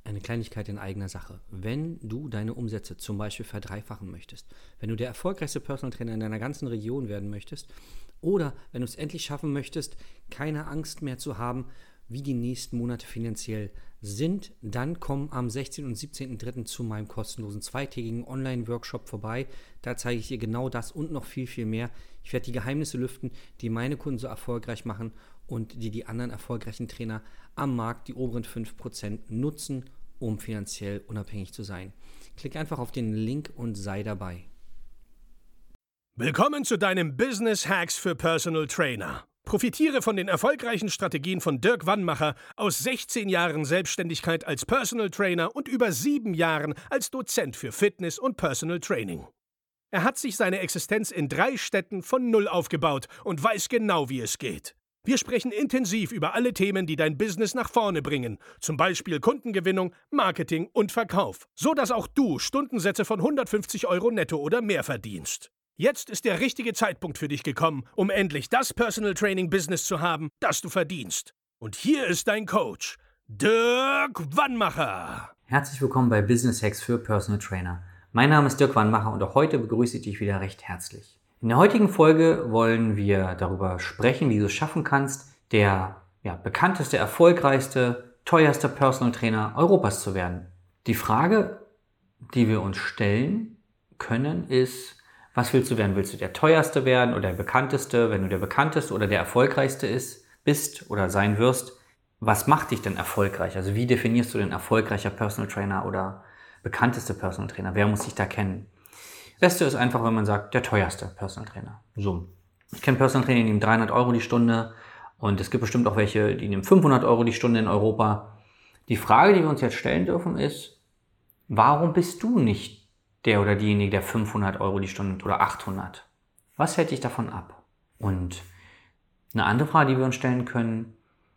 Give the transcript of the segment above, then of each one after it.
Eine Kleinigkeit in eigener Sache. Wenn du deine Umsätze zum Beispiel verdreifachen möchtest, wenn du der erfolgreichste Personal Trainer in deiner ganzen Region werden möchtest oder wenn du es endlich schaffen möchtest, keine Angst mehr zu haben, wie die nächsten Monate finanziell sind, dann komm am 16. und 17.03. zu meinem kostenlosen zweitägigen Online-Workshop vorbei. Da zeige ich dir genau das und noch viel, viel mehr. Ich werde die Geheimnisse lüften, die meine Kunden so erfolgreich machen und die anderen erfolgreichen Trainer am Markt, die oberen 5%, nutzen, um finanziell unabhängig zu sein. Klick einfach auf den Link und sei dabei. Willkommen zu deinem Business Hacks für Personal Trainer. Profitiere von den erfolgreichen Strategien von Dirk Wannmacher aus 16 Jahren Selbstständigkeit als Personal Trainer und über 7 Jahren als Dozent für Fitness und Personal Training. Er hat sich seine Existenz in 3 Städten von Null aufgebaut und weiß genau, wie es geht. Wir sprechen intensiv über alle Themen, die dein Business nach vorne bringen, zum Beispiel Kundengewinnung, Marketing und Verkauf, so dass auch du Stundensätze von 150 € netto oder mehr verdienst. Jetzt ist der richtige Zeitpunkt für dich gekommen, um endlich das Personal Training Business zu haben, das du verdienst. Und hier ist dein Coach, Dirk Wannmacher. Herzlich willkommen bei Business Hacks für Personal Trainer. Mein Name ist Dirk Wannmacher und auch heute begrüße ich dich wieder recht herzlich. In der heutigen Folge wollen wir darüber sprechen, wie du es schaffen kannst, der bekannteste, erfolgreichste, teuerste Personal Trainer Europas zu werden. Die Frage, die wir uns stellen können, ist: Was willst du werden? Willst du der teuerste werden oder der bekannteste? Wenn du der bekannteste oder der erfolgreichste bist oder sein wirst, was macht dich denn erfolgreich? Also wie definierst du denn erfolgreicher Personal Trainer oder bekannteste Personal Trainer? Wer muss dich da kennen? Das Beste ist einfach, wenn man sagt, der teuerste Personal Trainer. So. Ich kenne Personal Trainer, die nehmen 300 € die Stunde und es gibt bestimmt auch welche, die nehmen 500 € die Stunde in Europa. Die Frage, die wir uns jetzt stellen dürfen, ist: Warum bist du nicht der oder diejenige, der 500 € die Stunde oder 800? Was hält dich davon ab? Und eine andere Frage, die wir uns stellen können: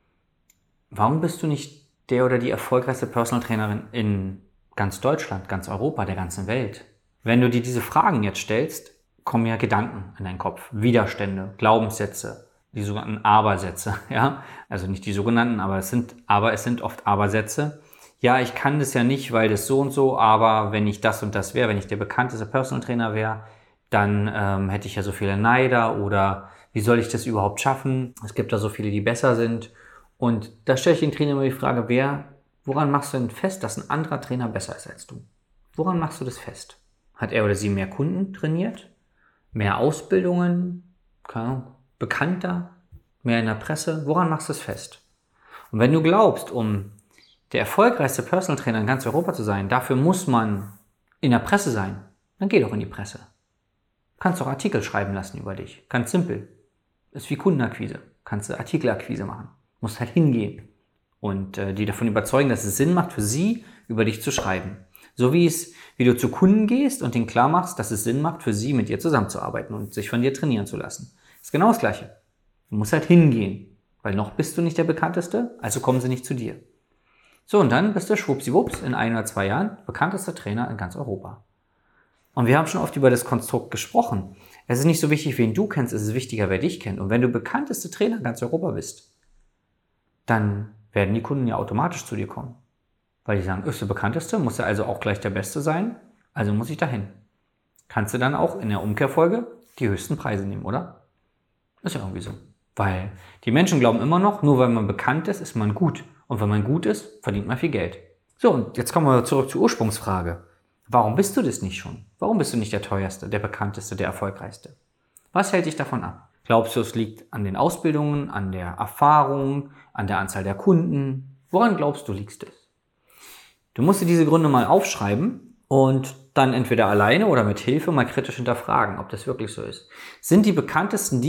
Warum bist du nicht der oder die erfolgreichste Personal Trainerin in ganz Deutschland, ganz Europa, der ganzen Welt? Wenn du dir diese Fragen jetzt stellst, kommen ja Gedanken in deinen Kopf, Widerstände, Glaubenssätze, die sogenannten Aber-Sätze. Ja? Also nicht die sogenannten, aber es sind oft Aber-Sätze. Ja, ich kann das ja nicht, weil das so und so, aber wenn ich das und das wäre, wenn ich der bekannteste Personal Trainer wäre, dann hätte ich ja so viele Neider, oder wie soll ich das überhaupt schaffen? Es gibt da so viele, die besser sind. Und da stelle ich den Trainer immer die Frage: Woran machst du denn fest, dass ein anderer Trainer besser ist als du? Woran machst du das fest? Hat er oder sie mehr Kunden trainiert? Mehr Ausbildungen? Bekannter? Mehr in der Presse? Woran machst du es fest? Und wenn du glaubst, um der erfolgreichste Personal Trainer in ganz Europa zu sein, dafür muss man in der Presse sein, dann geh doch in die Presse. Kannst doch Artikel schreiben lassen über dich. Ganz simpel. Ist wie Kundenakquise. Kannst du Artikelakquise machen. Musst halt hingehen und die davon überzeugen, dass es Sinn macht für sie, über dich zu schreiben. So wie du zu Kunden gehst und ihnen klar machst, dass es Sinn macht für sie, mit dir zusammenzuarbeiten und sich von dir trainieren zu lassen. Ist genau das Gleiche. Du musst halt hingehen, weil noch bist du nicht der bekannteste, also kommen sie nicht zu dir. So, und dann bist du schwuppsiwupps in 1 oder 2 Jahren bekanntester Trainer in ganz Europa. Und wir haben schon oft über das Konstrukt gesprochen. Es ist nicht so wichtig, wen du kennst, es ist wichtiger, wer dich kennt. Und wenn du bekannteste Trainer in ganz Europa bist, dann werden die Kunden ja automatisch zu dir kommen. Weil die sagen, ist der bekannteste, muss er also auch gleich der Beste sein, also muss ich dahin. Kannst du dann auch in der Umkehrfolge die höchsten Preise nehmen, oder? Ist ja irgendwie so. Weil die Menschen glauben immer noch, nur weil man bekannt ist man gut. Und wenn man gut ist, verdient man viel Geld. So, und jetzt kommen wir zurück zur Ursprungsfrage. Warum bist du das nicht schon? Warum bist du nicht der teuerste, der bekannteste, der erfolgreichste? Was hält dich davon ab? Glaubst du, es liegt an den Ausbildungen, an der Erfahrung, an der Anzahl der Kunden? Woran glaubst du, liegt es? Du musst dir diese Gründe mal aufschreiben und dann entweder alleine oder mit Hilfe mal kritisch hinterfragen, ob das wirklich so ist. Sind die bekanntesten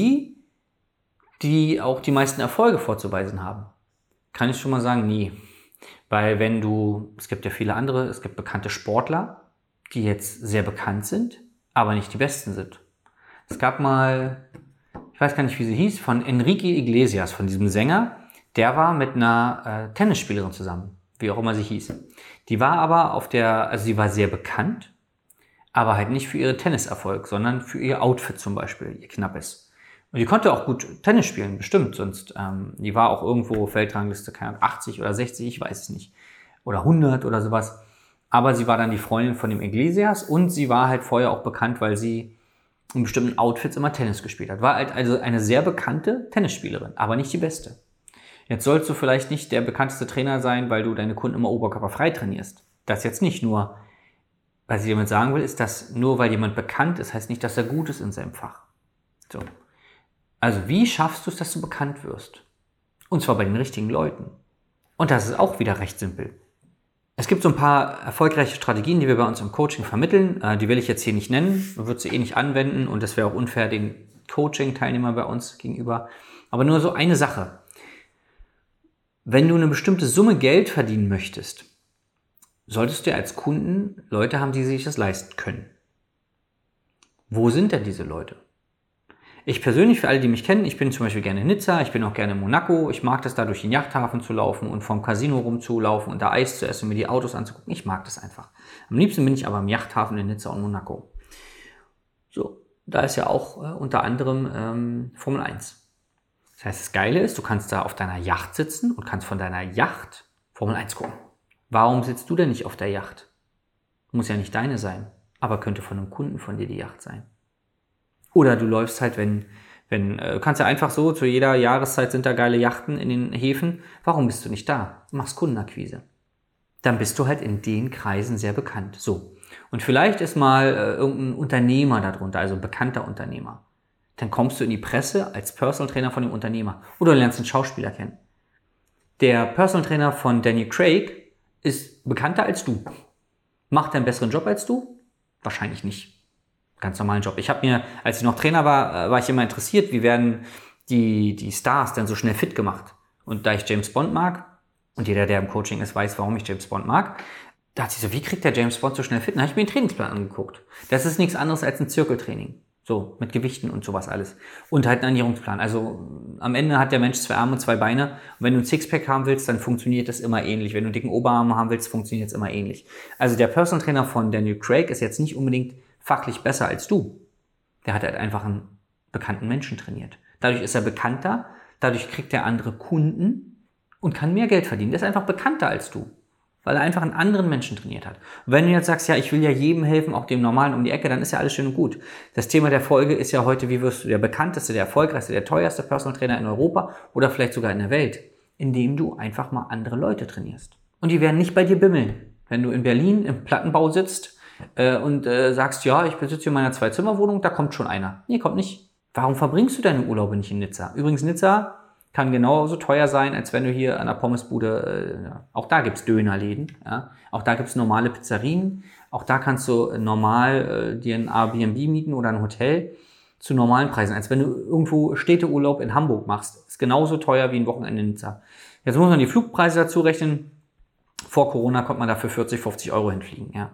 die auch die meisten Erfolge vorzuweisen haben? Kann ich schon mal sagen, nie. Weil es gibt ja viele andere, es gibt bekannte Sportler, die jetzt sehr bekannt sind, aber nicht die besten sind. Es gab mal, ich weiß gar nicht, wie sie hieß, von Enrique Iglesias, von diesem Sänger, der war mit einer Tennisspielerin zusammen, wie auch immer sie hieß. Die war aber sie war sehr bekannt, aber halt nicht für ihren Tenniserfolg, sondern für ihr Outfit zum Beispiel, ihr knappes. Und die konnte auch gut Tennis spielen, bestimmt, sonst, die war auch irgendwo Weltrangliste, keine Ahnung, 80 oder 60, ich weiß es nicht. oder 100 oder sowas. Aber sie war dann die Freundin von dem Iglesias und sie war halt vorher auch bekannt, weil sie in bestimmten Outfits immer Tennis gespielt hat. War halt also eine sehr bekannte Tennisspielerin, aber nicht die beste. Jetzt sollst du vielleicht nicht der bekannteste Trainer sein, weil du deine Kunden immer oberkörperfrei trainierst. Das jetzt nicht nur. Was ich damit sagen will, ist, dass nur weil jemand bekannt ist, heißt nicht, dass er gut ist in seinem Fach. So. Also wie schaffst du es, dass du bekannt wirst? Und zwar bei den richtigen Leuten. Und das ist auch wieder recht simpel. Es gibt so ein paar erfolgreiche Strategien, die wir bei uns im Coaching vermitteln. Die will ich jetzt hier nicht nennen, würde sie nicht anwenden und das wäre auch unfair den Coaching-Teilnehmern bei uns gegenüber. Aber nur so eine Sache. Wenn du eine bestimmte Summe Geld verdienen möchtest, solltest du als Kunden Leute haben, die sich das leisten können. Wo sind denn diese Leute? Ich persönlich, für alle, die mich kennen, ich bin zum Beispiel gerne in Nizza, ich bin auch gerne in Monaco, ich mag das da durch den Yachthafen zu laufen und vom Casino rumzulaufen und da Eis zu essen und mir die Autos anzugucken. Ich mag das einfach. Am liebsten bin ich aber im Yachthafen in Nizza und Monaco. So, da ist ja auch unter anderem Formel 1. Das heißt, das Geile ist, du kannst da auf deiner Yacht sitzen und kannst von deiner Yacht Formel 1 gucken. Warum sitzt du denn nicht auf der Yacht? Muss ja nicht deine sein, aber könnte von einem Kunden von dir die Yacht sein. Oder du läufst halt, du kannst ja einfach so, zu jeder Jahreszeit sind da geile Yachten in den Häfen. Warum bist du nicht da? Du machst Kundenakquise. Dann bist du halt in den Kreisen sehr bekannt. So. Und vielleicht ist mal irgendein Unternehmer darunter, also ein bekannter Unternehmer. Dann kommst du in die Presse als Personal Trainer von dem Unternehmer. Oder du lernst einen Schauspieler kennen. Der Personal Trainer von Daniel Craig ist bekannter als du. Macht er einen besseren Job als du? Wahrscheinlich nicht. Ganz normalen Job. Ich habe mir, als ich noch Trainer war ich immer interessiert, wie werden die Stars denn so schnell fit gemacht? Und da ich James Bond mag, und jeder, der im Coaching ist, weiß, warum ich James Bond mag, dachte ich so, wie kriegt der James Bond so schnell fit? Dann habe ich mir den Trainingsplan angeguckt. Das ist nichts anderes als ein Zirkeltraining. So, mit Gewichten und sowas alles. Und halt einen Ernährungsplan. Also am Ende hat der Mensch 2 Arme und 2 Beine. Und wenn du ein Sixpack haben willst, dann funktioniert das immer ähnlich. Wenn du einen dicken Oberarm haben willst, funktioniert es immer ähnlich. Also der Personal Trainer von Daniel Craig ist jetzt nicht unbedingt fachlich besser als du. Der hat halt einfach einen bekannten Menschen trainiert. Dadurch ist er bekannter, dadurch kriegt er andere Kunden und kann mehr Geld verdienen. Der ist einfach bekannter als du, weil er einfach einen anderen Menschen trainiert hat. Und wenn du jetzt sagst, ja, ich will ja jedem helfen, auch dem Normalen um die Ecke, dann ist ja alles schön und gut. Das Thema der Folge ist ja heute, wie wirst du der bekannteste, der erfolgreichste, der teuerste Personal Trainer in Europa oder vielleicht sogar in der Welt, indem du einfach mal andere Leute trainierst. Und die werden nicht bei dir bimmeln. Wenn du in Berlin im Plattenbau sitzt, und sagst, ja, ich besitze hier meine 2-Zimmer-Wohnung, da kommt schon einer. Nee, kommt nicht. Warum verbringst du deine Urlaube nicht in Nizza? Übrigens, Nizza kann genauso teuer sein, als wenn du hier an der Pommesbude, auch da gibt's Dönerläden, ja? Auch da gibt's normale Pizzerien, auch da kannst du normal dir ein Airbnb mieten oder ein Hotel zu normalen Preisen, als wenn du irgendwo Städteurlaub in Hamburg machst. Ist genauso teuer wie ein Wochenende in Nizza. Jetzt muss man die Flugpreise dazu rechnen. Vor Corona konnte man dafür 40, 50 Euro hinfliegen, ja.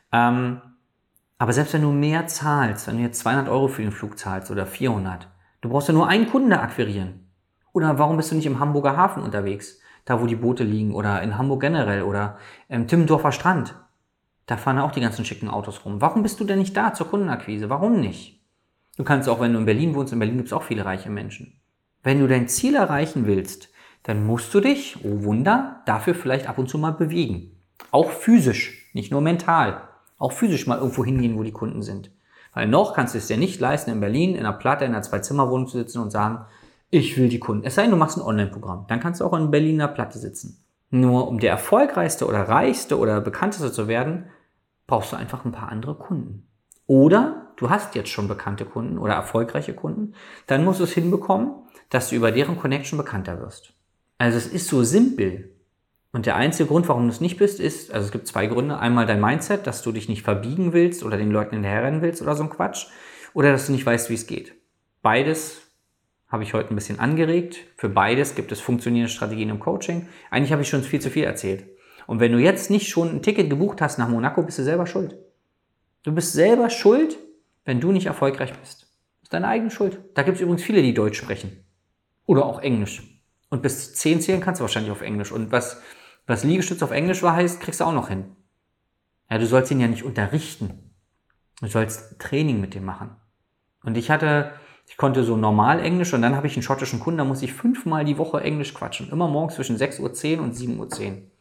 Aber selbst wenn du mehr zahlst, wenn du jetzt 200 Euro für den Flug zahlst oder 400, du brauchst ja nur einen Kunden da akquirieren. Oder warum bist du nicht im Hamburger Hafen unterwegs, da wo die Boote liegen oder in Hamburg generell oder im Timmendorfer Strand? Da fahren auch die ganzen schicken Autos rum. Warum bist du denn nicht da zur Kundenakquise? Warum nicht? Du kannst auch, wenn du in Berlin wohnst, in Berlin gibt es auch viele reiche Menschen. Wenn du dein Ziel erreichen willst, dann musst du dich, oh Wunder, dafür vielleicht ab und zu mal bewegen. Auch physisch, nicht nur mental. Auch physisch mal irgendwo hingehen, wo die Kunden sind. Weil noch kannst du es dir nicht leisten, in Berlin, in einer Platte, in einer 2-Zimmer-Wohnung zu sitzen und sagen, ich will die Kunden. Es sei denn, du machst ein Online-Programm. Dann kannst du auch in Berliner Platte sitzen. Nur um der erfolgreichste oder reichste oder bekannteste zu werden, brauchst du einfach ein paar andere Kunden. Oder du hast jetzt schon bekannte Kunden oder erfolgreiche Kunden, dann musst du es hinbekommen, dass du über deren Connection bekannter wirst. Also es ist so simpel. Und der einzige Grund, warum du es nicht bist, ist, also es gibt 2 Gründe. Einmal dein Mindset, dass du dich nicht verbiegen willst oder den Leuten hinterherrennen willst oder so ein Quatsch. Oder dass du nicht weißt, wie es geht. Beides habe ich heute ein bisschen angeregt. Für beides gibt es funktionierende Strategien im Coaching. Eigentlich habe ich schon viel zu viel erzählt. Und wenn du jetzt nicht schon ein Ticket gebucht hast nach Monaco, bist du selber schuld. Du bist selber schuld, wenn du nicht erfolgreich bist. Das ist deine eigene Schuld. Da gibt es übrigens viele, die Deutsch sprechen. Oder auch Englisch. Und bis 10 zählen kannst du wahrscheinlich auf Englisch. Und was Liegestütz auf Englisch war, heißt, kriegst du auch noch hin. Ja, du sollst ihn ja nicht unterrichten. Du sollst Training mit dem machen. Und ich konnte so normal Englisch und dann habe ich einen schottischen Kunden, da muss ich 5-mal die Woche Englisch quatschen. Immer morgens zwischen 6:10 Uhr und 7:10 Uhr.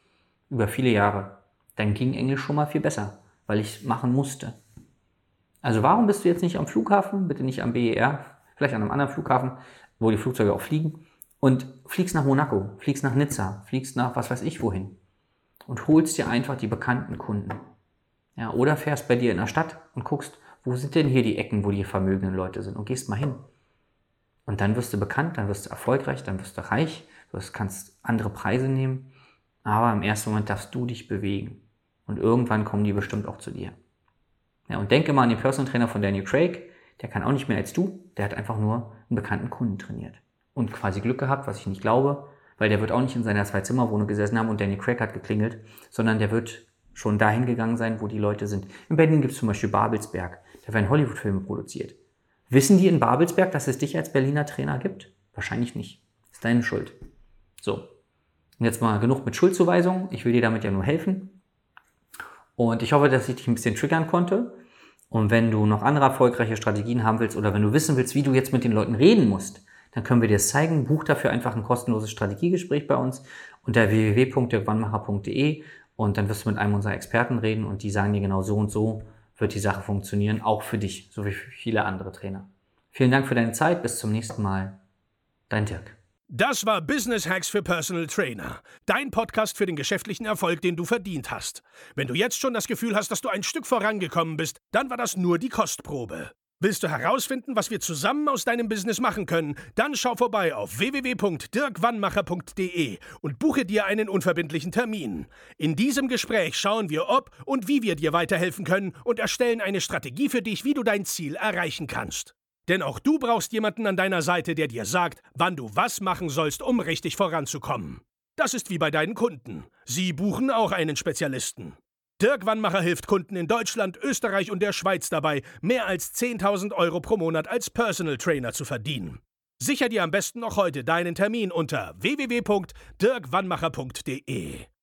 über viele Jahre, dann ging Englisch schon mal viel besser, weil ich es machen musste. Also warum bist du jetzt nicht am Flughafen, bitte nicht am BER, vielleicht an einem anderen Flughafen, wo die Flugzeuge auch fliegen, und fliegst nach Monaco, fliegst nach Nizza, fliegst nach was weiß ich wohin und holst dir einfach die bekannten Kunden. Ja, oder fährst bei dir in der Stadt und guckst, wo sind denn hier die Ecken, wo die vermögenden Leute sind, und gehst mal hin. Und dann wirst du bekannt, dann wirst du erfolgreich, dann wirst du reich, du kannst andere Preise nehmen, aber im ersten Moment darfst du dich bewegen. Und irgendwann kommen die bestimmt auch zu dir. Ja, und denke mal an den Personal Trainer von Daniel Craig, der kann auch nicht mehr als du, der hat einfach nur einen bekannten Kunden trainiert. Und quasi Glück gehabt, was ich nicht glaube, weil der wird auch nicht in seiner 2-Zimmer-Wohnung gesessen haben und Daniel Craig hat geklingelt, sondern der wird schon dahin gegangen sein, wo die Leute sind. In Berlin gibt es zum Beispiel Babelsberg, da werden Hollywood-Filme produziert. Wissen die in Babelsberg, dass es dich als Berliner Trainer gibt? Wahrscheinlich nicht. Ist deine Schuld. So, und jetzt mal genug mit Schuldzuweisungen. Ich will dir damit ja nur helfen. Und ich hoffe, dass ich dich ein bisschen triggern konnte. Und wenn du noch andere erfolgreiche Strategien haben willst oder wenn du wissen willst, wie du jetzt mit den Leuten reden musst, dann können wir dir es zeigen. Buch dafür einfach ein kostenloses Strategiegespräch bei uns unter www.dirkwannmacher.de und dann wirst du mit einem unserer Experten reden und die sagen dir genau so und so wird die Sache funktionieren, auch für dich, so wie für viele andere Trainer. Vielen Dank für deine Zeit, bis zum nächsten Mal. Dein Dirk. Das war Business Hacks für Personal Trainer. Dein Podcast für den geschäftlichen Erfolg, den du verdient hast. Wenn du jetzt schon das Gefühl hast, dass du ein Stück vorangekommen bist, dann war das nur die Kostprobe. Willst du herausfinden, was wir zusammen aus deinem Business machen können? Dann schau vorbei auf www.dirkwannmacher.de und buche dir einen unverbindlichen Termin. In diesem Gespräch schauen wir, ob und wie wir dir weiterhelfen können und erstellen eine Strategie für dich, wie du dein Ziel erreichen kannst. Denn auch du brauchst jemanden an deiner Seite, der dir sagt, wann du was machen sollst, um richtig voranzukommen. Das ist wie bei deinen Kunden. Sie buchen auch einen Spezialisten. Dirk Wannmacher hilft Kunden in Deutschland, Österreich und der Schweiz dabei, mehr als 10.000 € pro Monat als Personal Trainer zu verdienen. Sicher dir am besten noch heute deinen Termin unter www.dirkwannmacher.de.